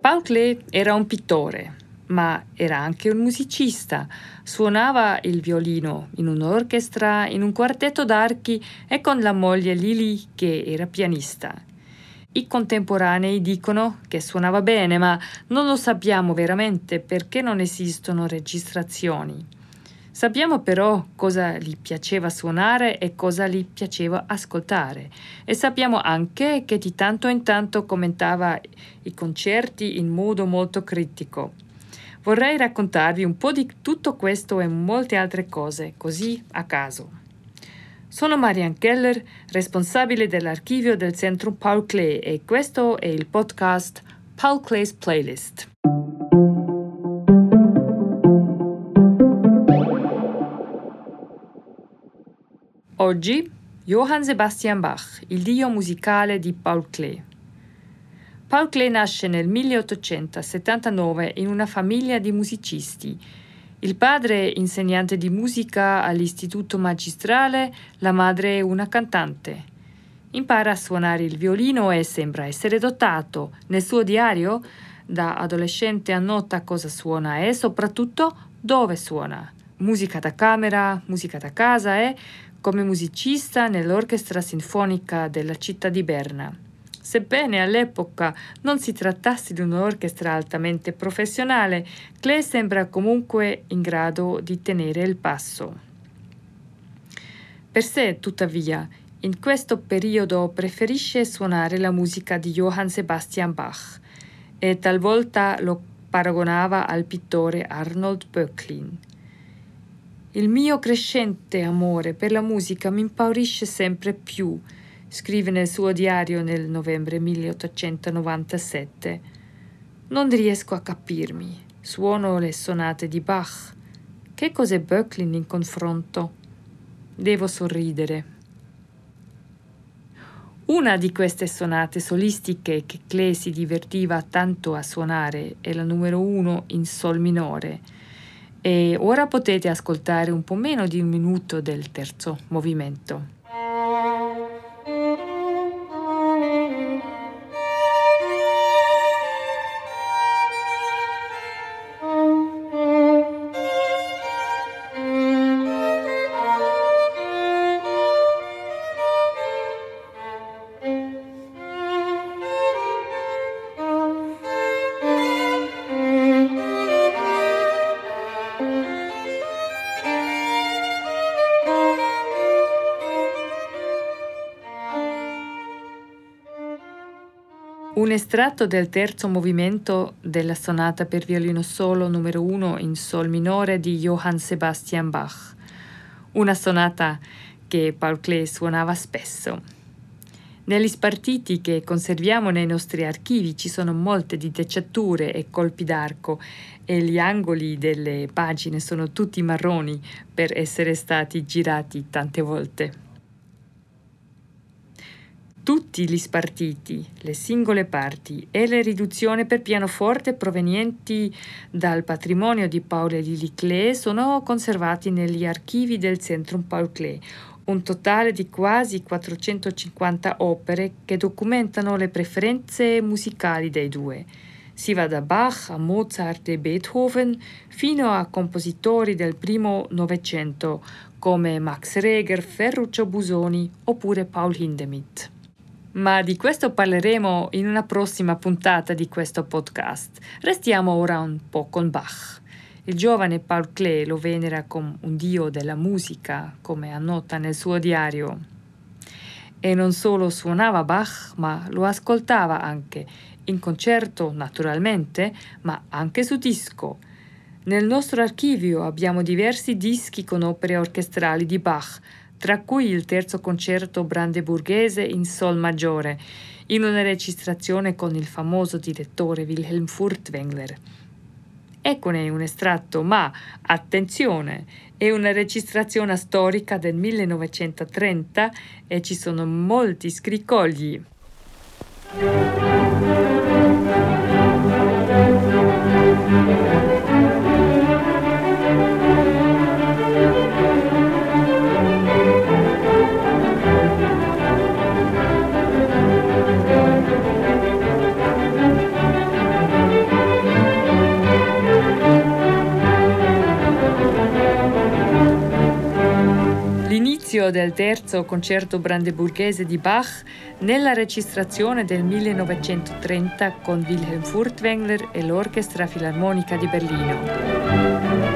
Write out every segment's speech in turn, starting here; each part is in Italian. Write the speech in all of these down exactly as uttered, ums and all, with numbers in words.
Paul Klee era un pittore, ma era anche un musicista. Suonava il violino in un'orchestra, in un quartetto d'archi e con la moglie Lily, che era pianista. I contemporanei dicono che suonava bene, ma non lo sappiamo veramente perché non esistono registrazioni. Sappiamo però cosa gli piaceva suonare e cosa gli piaceva ascoltare, e sappiamo anche che di tanto in tanto commentava i concerti in modo molto critico. Vorrei raccontarvi un po' di tutto questo e molte altre cose, così a caso. Sono Marianne Keller, responsabile dell'archivio del Centrum Paul Klee, e questo è il podcast Paul Klee's Playlist. Oggi Johann Sebastian Bach, il dio musicale di Paul Klee. Paul Klee nasce nel milleottocentosettantanove in una famiglia di musicisti. Il padre è insegnante di musica all'istituto magistrale, la madre è una cantante. Impara a suonare il violino e sembra essere dotato. Nel suo diario, da adolescente annota cosa suona e soprattutto dove suona. Musica da camera, musica da casa e come musicista nell'orchestra sinfonica della città di Berna. Sebbene all'epoca non si trattasse di un'orchestra altamente professionale, Klee sembra comunque in grado di tenere il passo. Per sé, tuttavia, in questo periodo preferisce suonare la musica di Johann Sebastian Bach e talvolta lo paragonava al pittore Arnold Böcklin. Il mio crescente amore per la musica mi impaurisce sempre più, scrive nel suo diario nel novembre milleottocentonovantasette. Non riesco a capirmi. Suono le sonate di Bach. Che cos'è Böcklin in confronto? Devo sorridere. Una di queste sonate solistiche che Klee si divertiva tanto a suonare è la numero uno in sol minore. E ora potete ascoltare un po' meno di un minuto del terzo movimento. Un estratto del terzo movimento della sonata per violino solo numero uno in sol minore di Johann Sebastian Bach, una sonata che Paul Klee suonava spesso. Negli spartiti che conserviamo nei nostri archivi ci sono molte dintecciature e colpi d'arco e gli angoli delle pagine sono tutti marroni per essere stati girati tante volte. Tutti gli spartiti, le singole parti e le riduzioni per pianoforte provenienti dal patrimonio di Paul e Lily Klee sono conservati negli archivi del Centrum Paul Klee, un totale di quasi quattrocentocinquanta opere che documentano le preferenze musicali dei due. Si va da Bach a Mozart e Beethoven fino a compositori del primo Novecento come Max Reger, Ferruccio Busoni oppure Paul Hindemith. Ma di questo parleremo in una prossima puntata di questo podcast. Restiamo ora un po' con Bach. Il giovane Paul Klee lo venera come un dio della musica, come annota nel suo diario. E non solo suonava Bach, ma lo ascoltava anche, in concerto naturalmente, ma anche su disco. Nel nostro archivio abbiamo diversi dischi con opere orchestrali di Bach, tra cui il terzo concerto brandeburghese in sol maggiore, in una registrazione con il famoso direttore Wilhelm Furtwängler. Eccone un estratto, ma, attenzione, è una registrazione storica del millenovecentotrenta e ci sono molti scricchioли. L'inizio del terzo concerto brandeburghese di Bach nella registrazione del millenovecentotrenta con Wilhelm Furtwängler e l'Orchestra Filarmonica di Berlino.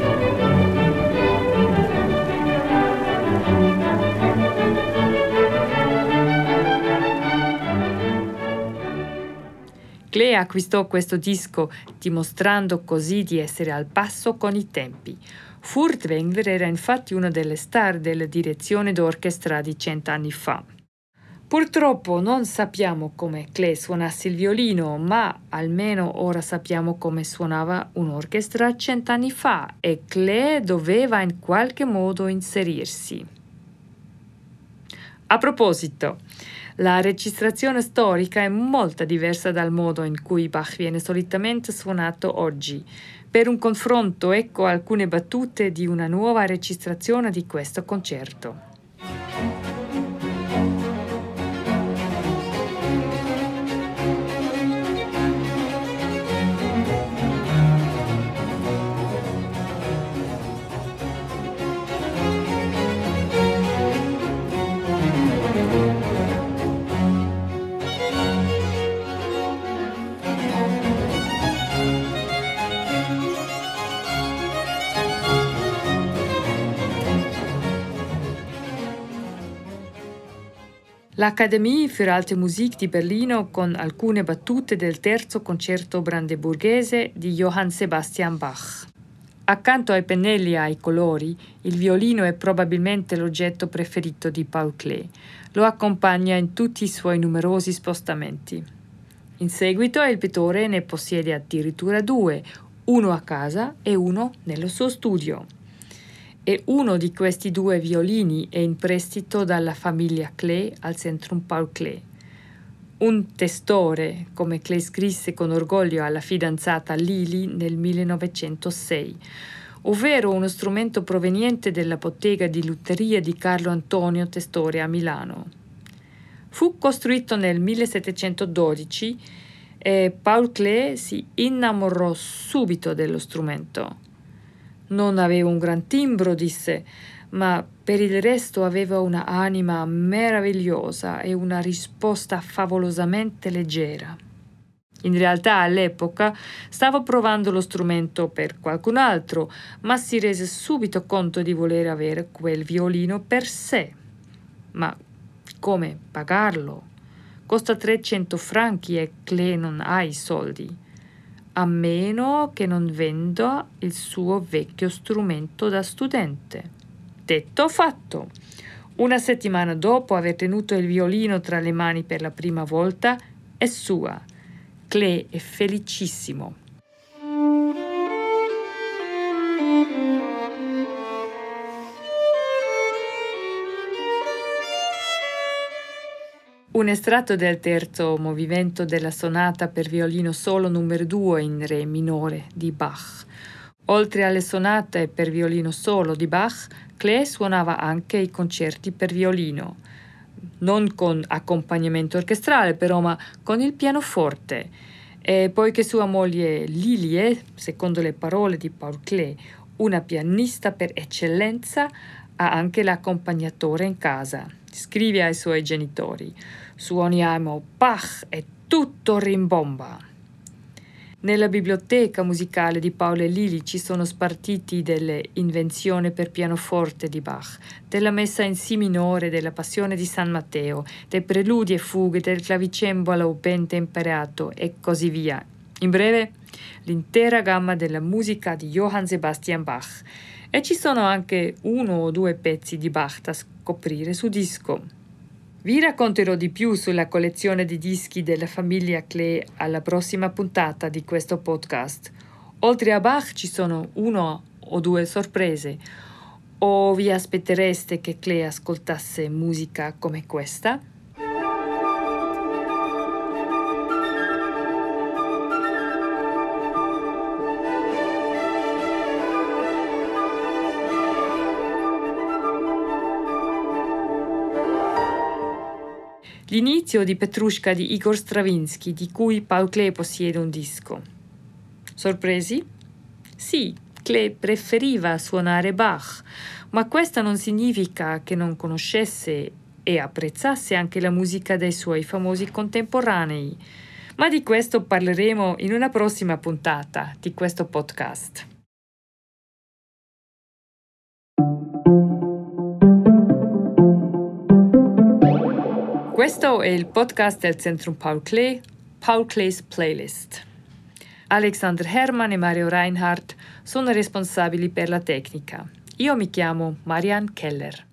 Klee acquistò questo disco dimostrando così di essere al passo con i tempi. Furtwängler era infatti una delle star della direzione d'orchestra di cent'anni fa. Purtroppo non sappiamo come Klee suonasse il violino, ma almeno ora sappiamo come suonava un'orchestra cent'anni fa e Klee doveva in qualche modo inserirsi. A proposito, la registrazione storica è molto diversa dal modo in cui Bach viene solitamente suonato oggi. Per un confronto, ecco alcune battute di una nuova registrazione di questo concerto. L'Akademie für Alte Musik di Berlino con alcune battute del terzo concerto brandeburghese di Johann Sebastian Bach. Accanto ai pennelli e ai colori, il violino è probabilmente l'oggetto preferito di Paul Klee. Lo accompagna in tutti i suoi numerosi spostamenti. In seguito il pittore ne possiede addirittura due, uno a casa e uno nello suo studio. E uno di questi due violini è in prestito dalla famiglia Klee al Centrum Paul Klee. Un testore, come Klee scrisse con orgoglio alla fidanzata Lili nel millenovecentosei, ovvero uno strumento proveniente dalla bottega di lutteria di Carlo Antonio Testore a Milano. Fu costruito nel millesettecentododici e Paul Klee si innamorò subito dello strumento. Non aveva un gran timbro, disse, ma per il resto aveva una anima meravigliosa e una risposta favolosamente leggera. In realtà all'epoca stava provando lo strumento per qualcun altro, ma si rese subito conto di voler avere quel violino per sé. Ma come pagarlo? Costa trecento franchi e Klee non ha i soldi. A meno che non venda il suo vecchio strumento da studente. Detto fatto. Una settimana dopo aver tenuto il violino tra le mani per la prima volta, è sua. Klee è felicissimo. Un estratto del terzo movimento della sonata per violino solo numero due in re minore di Bach. Oltre alle sonate per violino solo di Bach, Klee suonava anche i concerti per violino, non con accompagnamento orchestrale però, ma con il pianoforte. E poiché sua moglie Lilie, secondo le parole di Paul Klee, una pianista per eccellenza, ha anche l'accompagnatore in casa. Scrive ai suoi genitori: suoniamo Bach e tutto rimbomba. Nella biblioteca musicale di Paolo e Lili ci sono spartiti delle invenzioni per pianoforte di Bach, della messa in Si minore della Passione di San Matteo, dei preludi e fughe del clavicembalo ben temperato e così via. In breve, l'intera gamma della musica di Johann Sebastian Bach. E ci sono anche uno o due pezzi di Bach da scoprire su disco. Vi racconterò di più sulla collezione di dischi della famiglia Klee alla prossima puntata di questo podcast. Oltre a Bach ci sono uno o due sorprese. O vi aspettereste che Klee ascoltasse musica come questa? L'inizio di Petrushka di Igor Stravinsky, di cui Paul Klee possiede un disco. Sorpresi? Sì, Klee preferiva suonare Bach, ma questo non significa che non conoscesse e apprezzasse anche la musica dei suoi famosi contemporanei. Ma di questo parleremo in una prossima puntata di questo podcast. Questo è il podcast del Centrum Paul Klee, Paul Klee's Playlist. Alexander Hermann e Mario Reinhardt sono responsabili per la tecnica. Io mi chiamo Marianne Keller.